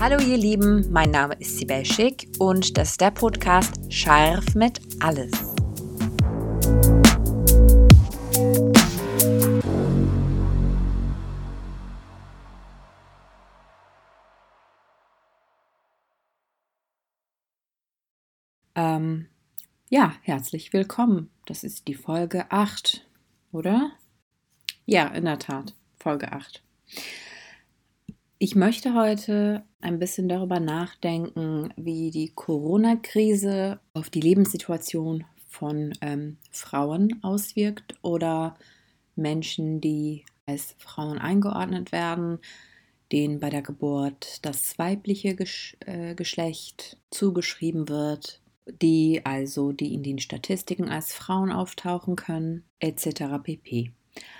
Hallo ihr Lieben, mein Name ist Sibel Schick und das ist der Podcast Scharf mit Alles. Herzlich willkommen. Das ist die Folge 8, oder? Ja, in der Tat, Folge 8. Ich möchte heute ein bisschen darüber nachdenken, wie die Corona-Krise auf die Lebenssituation von Frauen auswirkt oder Menschen, die als Frauen eingeordnet werden, denen bei der Geburt das weibliche Geschlecht zugeschrieben wird, die in den Statistiken als Frauen auftauchen können, etc. pp.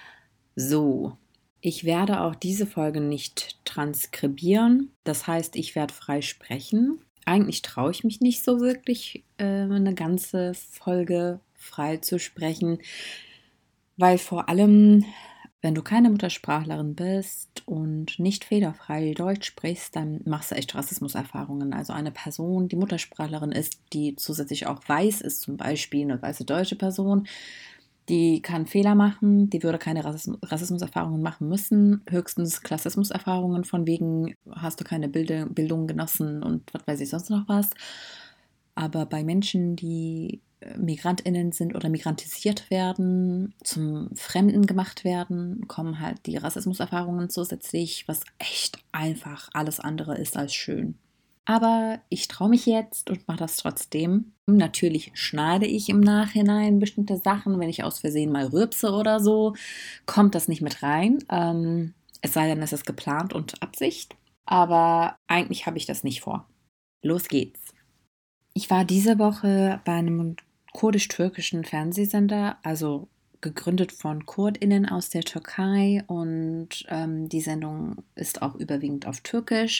So, ich werde auch diese Folge nicht transkribieren, das heißt, ich werde frei sprechen. Eigentlich traue ich mich nicht so wirklich, eine ganze Folge frei zu sprechen, weil vor allem, wenn du keine Muttersprachlerin bist und nicht fehlerfrei Deutsch sprichst, dann machst du echt Rassismuserfahrungen. Also eine Person, die Muttersprachlerin ist, die zusätzlich auch weiß ist, zum Beispiel eine weiße deutsche Person, die kann Fehler machen, die würde keine Rassismuserfahrungen machen müssen, höchstens Klassismuserfahrungen von wegen, hast du keine Bildung genossen und was weiß ich sonst noch was. Aber bei Menschen, die MigrantInnen sind oder migrantisiert werden, zum Fremden gemacht werden, kommen halt die Rassismuserfahrungen zusätzlich, was echt einfach alles andere ist als schön. Aber ich traue mich jetzt und mache das trotzdem. Natürlich schneide ich im Nachhinein bestimmte Sachen, wenn ich aus Versehen mal rülpse oder so, kommt das nicht mit rein. Es sei denn, es ist geplant und Absicht. Aber eigentlich habe ich das nicht vor. Los geht's. Ich war diese Woche bei einem kurdisch-türkischen Fernsehsender, also gegründet von KurdInnen aus der Türkei, und die Sendung ist auch überwiegend auf Türkisch.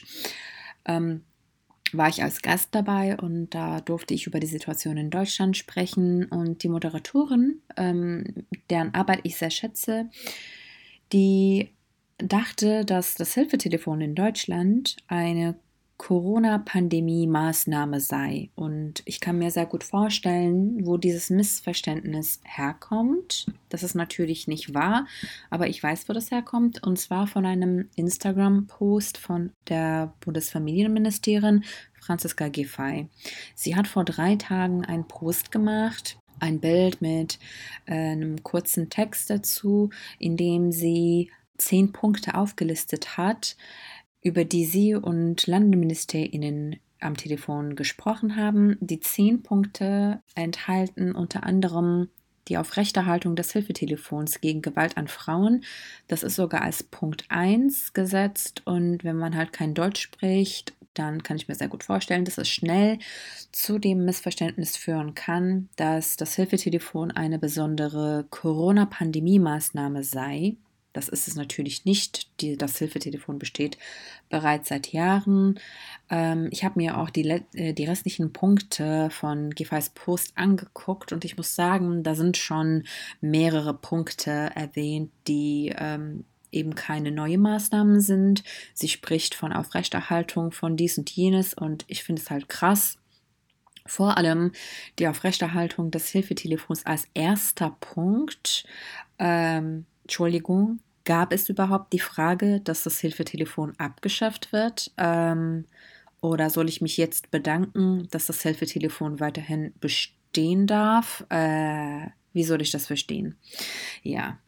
War ich als Gast dabei und da durfte ich über die Situation in Deutschland sprechen, und die Moderatorin, deren Arbeit ich sehr schätze, die dachte, dass das Hilfetelefon in Deutschland eine Corona-Pandemie-Maßnahme sei. Und ich kann mir sehr gut vorstellen, wo dieses Missverständnis herkommt. Das ist natürlich nicht wahr, aber ich weiß, wo das herkommt. Und zwar von einem Instagram-Post von der Bundesfamilienministerin Franziska Giffey. Sie hat vor 3 Tagen einen Post gemacht, ein Bild mit einem kurzen Text dazu, in dem sie 10 Punkte aufgelistet hat, über die sie und LandesministerInnen am Telefon gesprochen haben. Die 10 Punkte enthalten unter anderem die Aufrechterhaltung des Hilfetelefons gegen Gewalt an Frauen. Das ist sogar als Punkt 1 gesetzt, und wenn man halt kein Deutsch spricht, dann kann ich mir sehr gut vorstellen, dass es schnell zu dem Missverständnis führen kann, dass das Hilfetelefon eine besondere Corona-Pandemie-Maßnahme sei. Das ist es natürlich nicht. Das Hilfetelefon besteht bereits seit Jahren. Ich habe mir auch die restlichen Punkte von Giffeys Post angeguckt, und ich muss sagen, da sind schon mehrere Punkte erwähnt, die eben keine neuen Maßnahmen sind. Sie spricht von Aufrechterhaltung von dies und jenes, und ich finde es halt krass. Vor allem die Aufrechterhaltung des Hilfetelefons als erster Punkt. Entschuldigung, gab es überhaupt die Frage, dass das Hilfetelefon abgeschafft wird? Oder soll ich mich jetzt bedanken, dass das Hilfetelefon weiterhin bestehen darf? Wie soll ich das verstehen? Ja.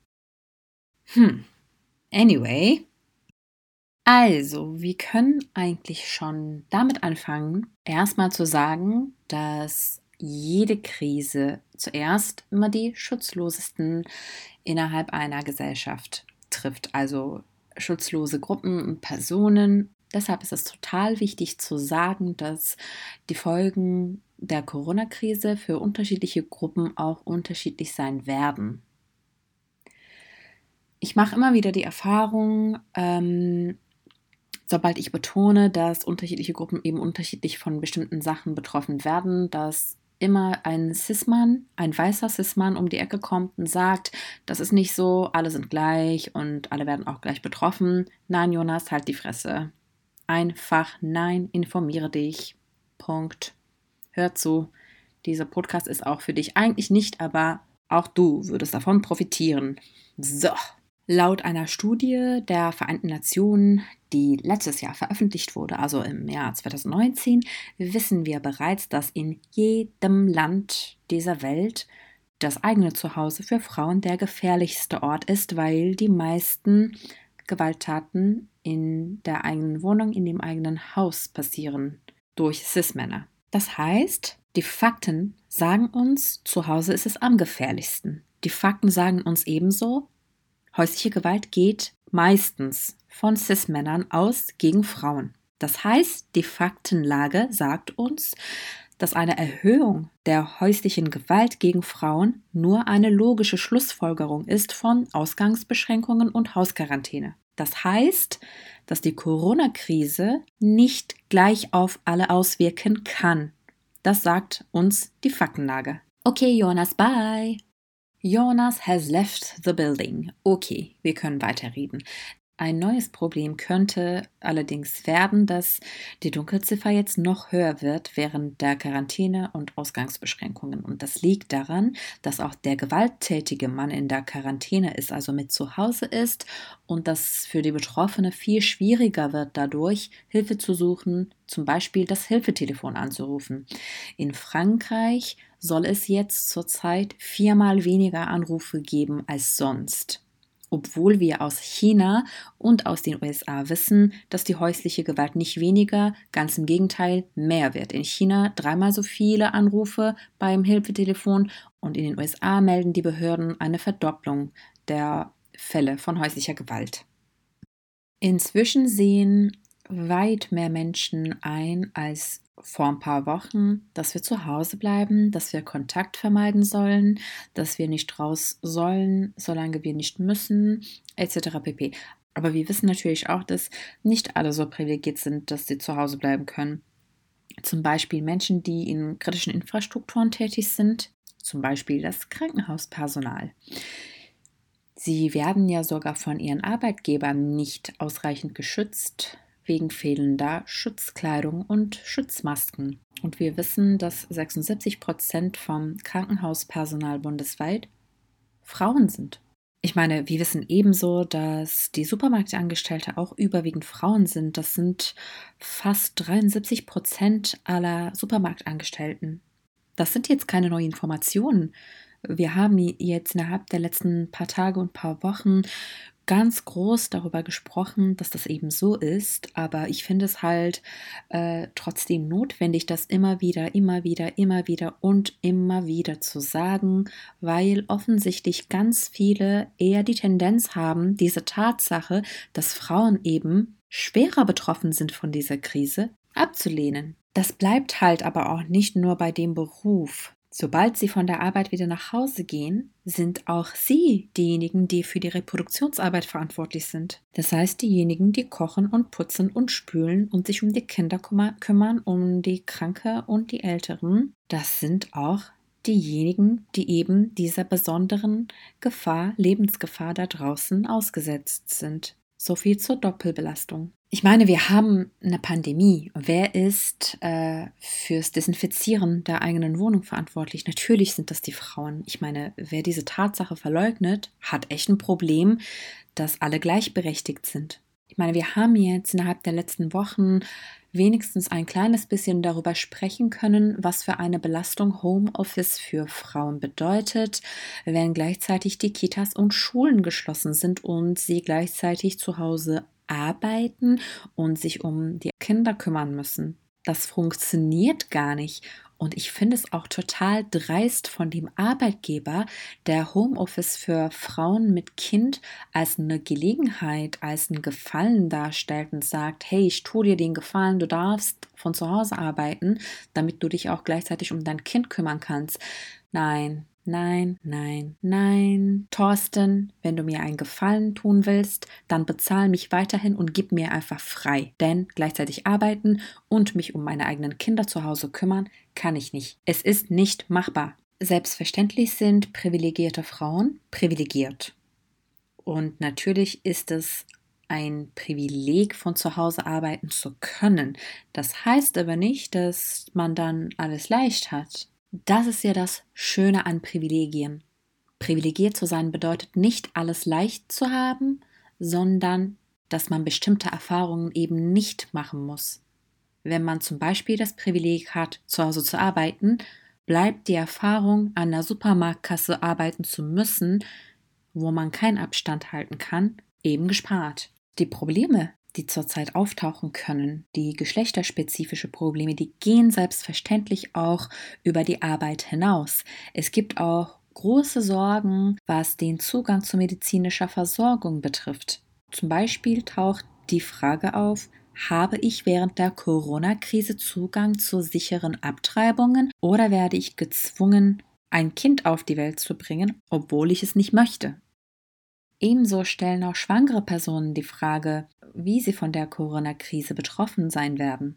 Anyway. Also, wir können eigentlich schon damit anfangen, erstmal zu sagen, dass jede Krise zuerst immer die Schutzlosesten innerhalb einer Gesellschaft trifft, also schutzlose Gruppen und Personen. Deshalb ist es total wichtig zu sagen, dass die Folgen der Corona-Krise für unterschiedliche Gruppen auch unterschiedlich sein werden. Ich mache immer wieder die Erfahrung, sobald ich betone, dass unterschiedliche Gruppen eben unterschiedlich von bestimmten Sachen betroffen werden, dass immer ein Cis-Mann, ein weißer Cis-Mann um die Ecke kommt und sagt, das ist nicht so, alle sind gleich und alle werden auch gleich betroffen. Nein, Jonas, halt die Fresse. einfach nein, informiere dich. Punkt. Hör zu. Dieser Podcast ist auch für dich. Eigentlich nicht, aber auch du würdest davon profitieren. So. Laut einer Studie der Vereinten Nationen, die letztes Jahr veröffentlicht wurde, also im Jahr 2019, wissen wir bereits, dass in jedem Land dieser Welt das eigene Zuhause für Frauen der gefährlichste Ort ist, weil die meisten Gewalttaten in der eigenen Wohnung, in dem eigenen Haus passieren durch Cis-Männer. Das heißt, die Fakten sagen uns, zu Hause ist es am gefährlichsten. Die Fakten sagen uns ebenso, häusliche Gewalt geht meistens von Cis-Männern aus gegen Frauen. Das heißt, die Faktenlage sagt uns, dass eine Erhöhung der häuslichen Gewalt gegen Frauen nur eine logische Schlussfolgerung ist von Ausgangsbeschränkungen und Hausquarantäne. Das heißt, dass die Corona-Krise nicht gleich auf alle auswirken kann. Das sagt uns die Faktenlage. Okay, Jonas, bye. Jonas has left the building. Okay, wir können weiterreden. Ein neues Problem könnte allerdings werden, dass die Dunkelziffer jetzt noch höher wird während der Quarantäne und Ausgangsbeschränkungen. Und das liegt daran, dass auch der gewalttätige Mann in der Quarantäne ist, also mit zu Hause ist und das für die Betroffene viel schwieriger wird dadurch, Hilfe zu suchen, zum Beispiel das Hilfetelefon anzurufen. In Frankreich soll es jetzt zurzeit 4-mal weniger Anrufe geben als sonst. Obwohl wir aus China und aus den USA wissen, dass die häusliche Gewalt nicht weniger, ganz im Gegenteil mehr wird. In China 3-mal so viele Anrufe beim Hilfetelefon und in den USA melden die Behörden eine Verdopplung der Fälle von häuslicher Gewalt. Inzwischen sehen weit mehr Menschen ein als vor ein paar Wochen, dass wir zu Hause bleiben, dass wir Kontakt vermeiden sollen, dass wir nicht raus sollen, solange wir nicht müssen, etc. pp. Aber wir wissen natürlich auch, dass nicht alle so privilegiert sind, dass sie zu Hause bleiben können. Zum Beispiel Menschen, die in kritischen Infrastrukturen tätig sind, zum Beispiel das Krankenhauspersonal. Sie werden ja sogar von ihren Arbeitgebern nicht ausreichend geschützt, wegen fehlender Schutzkleidung und Schutzmasken. Und wir wissen, dass 76% vom Krankenhauspersonal bundesweit Frauen sind. Ich meine, wir wissen ebenso, dass die Supermarktangestellte auch überwiegend Frauen sind. Das sind fast 73% aller Supermarktangestellten. Das sind jetzt keine neuen Informationen. Wir haben jetzt innerhalb der letzten paar Tage und paar Wochen ganz groß darüber gesprochen, dass das eben so ist, aber ich finde es halt trotzdem notwendig, das immer wieder und immer wieder zu sagen, weil offensichtlich ganz viele eher die Tendenz haben, diese Tatsache, dass Frauen eben schwerer betroffen sind von dieser Krise, abzulehnen. Das bleibt halt aber auch nicht nur bei dem Beruf. Sobald sie von der Arbeit wieder nach Hause gehen, sind auch sie diejenigen, die für die Reproduktionsarbeit verantwortlich sind. Das heißt, diejenigen, die kochen und putzen und spülen und sich um die Kinder kümmern, um die Kranke und die Älteren, das sind auch diejenigen, die eben dieser besonderen Gefahr, Lebensgefahr da draußen ausgesetzt sind. So viel zur Doppelbelastung. Ich meine, wir haben eine Pandemie. Wer ist fürs Desinfizieren der eigenen Wohnung verantwortlich? Natürlich sind das die Frauen. Ich meine, wer diese Tatsache verleugnet, hat echt ein Problem, dass alle gleichberechtigt sind. Ich meine, wir haben jetzt innerhalb der letzten Wochen wenigstens ein kleines bisschen darüber sprechen können, was für eine Belastung Homeoffice für Frauen bedeutet, wenn gleichzeitig die Kitas und Schulen geschlossen sind und sie gleichzeitig zu Hause arbeiten und sich um die Kinder kümmern müssen. Das funktioniert gar nicht. Und ich finde es auch total dreist von dem Arbeitgeber, der Homeoffice für Frauen mit Kind als eine Gelegenheit, als einen Gefallen darstellt und sagt, hey, ich tue dir den Gefallen, du darfst von zu Hause arbeiten, damit du dich auch gleichzeitig um dein Kind kümmern kannst. Nein. Nein. Thorsten, wenn du mir einen Gefallen tun willst, dann bezahl mich weiterhin und gib mir einfach frei. Denn gleichzeitig arbeiten und mich um meine eigenen Kinder zu Hause kümmern, kann ich nicht. Es ist nicht machbar. Selbstverständlich sind privilegierte Frauen privilegiert. Und natürlich ist es ein Privileg, von zu Hause arbeiten zu können. Das heißt aber nicht, dass man dann alles leicht hat. Das ist ja das Schöne an Privilegien. Privilegiert zu sein bedeutet nicht, alles leicht zu haben, sondern, dass man bestimmte Erfahrungen eben nicht machen muss. Wenn man zum Beispiel das Privileg hat, zu Hause zu arbeiten, bleibt die Erfahrung, an der Supermarktkasse arbeiten zu müssen, wo man keinen Abstand halten kann, eben gespart. Die Probleme, die zurzeit auftauchen können, die geschlechterspezifische Probleme, die gehen selbstverständlich auch über die Arbeit hinaus. Es gibt auch große Sorgen, was den Zugang zu medizinischer Versorgung betrifft. Zum Beispiel taucht die Frage auf, habe ich während der Corona-Krise Zugang zu sicheren Abtreibungen oder werde ich gezwungen, ein Kind auf die Welt zu bringen, obwohl ich es nicht möchte? Ebenso stellen auch schwangere Personen die Frage, wie sie von der Corona-Krise betroffen sein werden.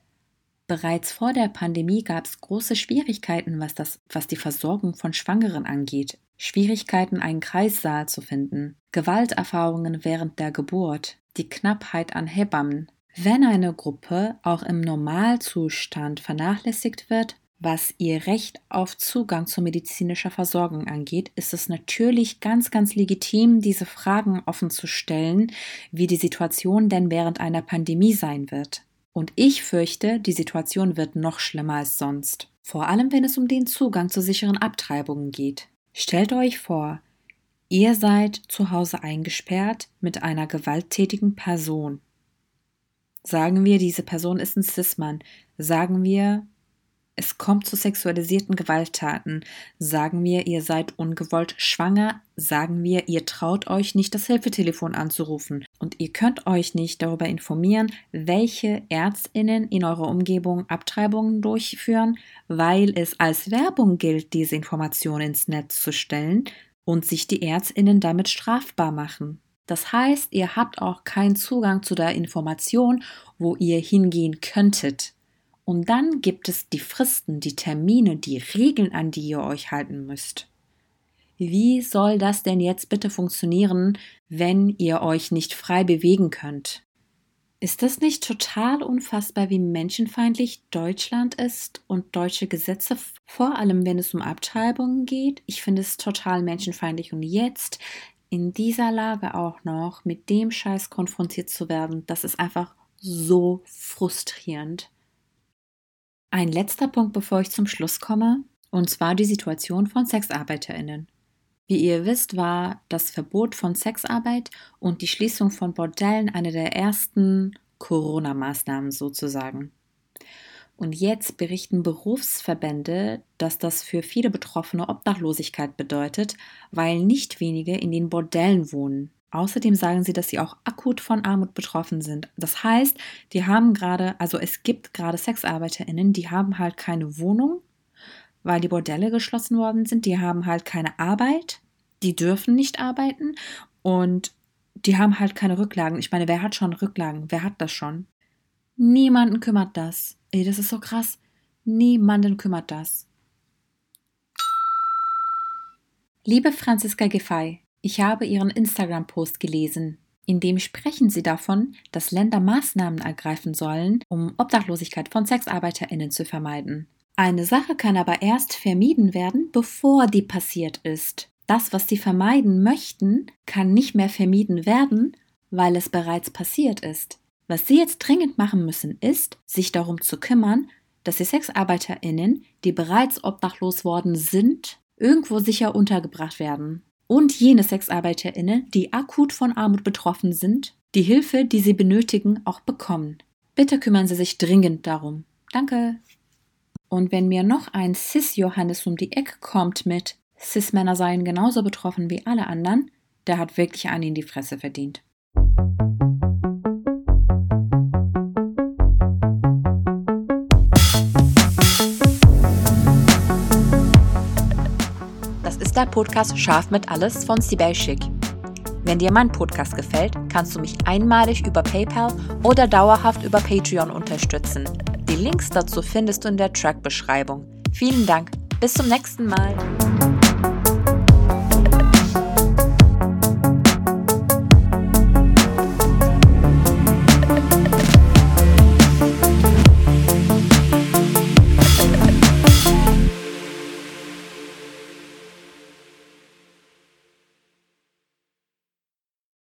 Bereits vor der Pandemie gab es große Schwierigkeiten, was die Versorgung von Schwangeren angeht. Schwierigkeiten, einen Kreissaal zu finden, Gewalterfahrungen während der Geburt, die Knappheit an Hebammen. Wenn eine Gruppe auch im Normalzustand vernachlässigt wird, was ihr Recht auf Zugang zu medizinischer Versorgung angeht, ist es natürlich ganz, ganz legitim, diese Fragen offen zu stellen, wie die Situation denn während einer Pandemie sein wird. Und ich fürchte, die Situation wird noch schlimmer als sonst. Vor allem, wenn es um den Zugang zu sicheren Abtreibungen geht. Stellt euch vor, ihr seid zu Hause eingesperrt mit einer gewalttätigen Person. Sagen wir, diese Person ist ein Cis-Mann. Sagen wir, es kommt zu sexualisierten Gewalttaten. Sagen wir, ihr seid ungewollt schwanger. Sagen wir, ihr traut euch nicht, das Hilfetelefon anzurufen. Und ihr könnt euch nicht darüber informieren, welche ÄrztInnen in eurer Umgebung Abtreibungen durchführen, weil es als Werbung gilt, diese Information ins Netz zu stellen und sich die ÄrztInnen damit strafbar machen. Das heißt, ihr habt auch keinen Zugang zu der Information, wo ihr hingehen könntet. Und dann gibt es die Fristen, die Termine, die Regeln, an die ihr euch halten müsst. Wie soll das denn jetzt bitte funktionieren, wenn ihr euch nicht frei bewegen könnt? Ist das nicht total unfassbar, wie menschenfeindlich Deutschland ist und deutsche Gesetze, vor allem wenn es um Abtreibungen geht? Ich finde es total menschenfeindlich und jetzt in dieser Lage auch noch mit dem Scheiß konfrontiert zu werden, das ist einfach so frustrierend. Ein letzter Punkt, bevor ich zum Schluss komme, und zwar die Situation von SexarbeiterInnen. Wie ihr wisst, war das Verbot von Sexarbeit und die Schließung von Bordellen eine der ersten Corona-Maßnahmen sozusagen. Und jetzt berichten Berufsverbände, dass das für viele Betroffene Obdachlosigkeit bedeutet, weil nicht wenige in den Bordellen wohnen. Außerdem sagen sie, dass sie auch akut von Armut betroffen sind. Das heißt, es gibt gerade SexarbeiterInnen, die haben halt keine Wohnung, weil die Bordelle geschlossen worden sind. Die haben halt keine Arbeit, die dürfen nicht arbeiten und die haben halt keine Rücklagen. Ich meine, wer hat schon Rücklagen? Wer hat das schon? Niemanden kümmert das. Ey, das ist so krass. Niemanden kümmert das. Liebe Franziska Giffey, ich habe Ihren Instagram-Post gelesen. In dem sprechen Sie davon, dass Länder Maßnahmen ergreifen sollen, um Obdachlosigkeit von SexarbeiterInnen zu vermeiden. Eine Sache kann aber erst vermieden werden, bevor die passiert ist. Das, was Sie vermeiden möchten, kann nicht mehr vermieden werden, weil es bereits passiert ist. Was Sie jetzt dringend machen müssen, ist, sich darum zu kümmern, dass die SexarbeiterInnen, die bereits obdachlos worden sind, irgendwo sicher untergebracht werden. Und jene SexarbeiterInnen, die akut von Armut betroffen sind, die Hilfe, die sie benötigen, auch bekommen. Bitte kümmern Sie sich dringend darum. Danke. Und wenn mir noch ein Cis-Johannes um die Ecke kommt mit Cis-Männer seien genauso betroffen wie alle anderen, der hat wirklich einen in die Fresse verdient. Das ist der Podcast Scharf mit Alles von Sibel Schick. Wenn dir mein Podcast gefällt, kannst du mich einmalig über PayPal oder dauerhaft über Patreon unterstützen. Die Links dazu findest du in der Track-Beschreibung. Vielen Dank, bis zum nächsten Mal.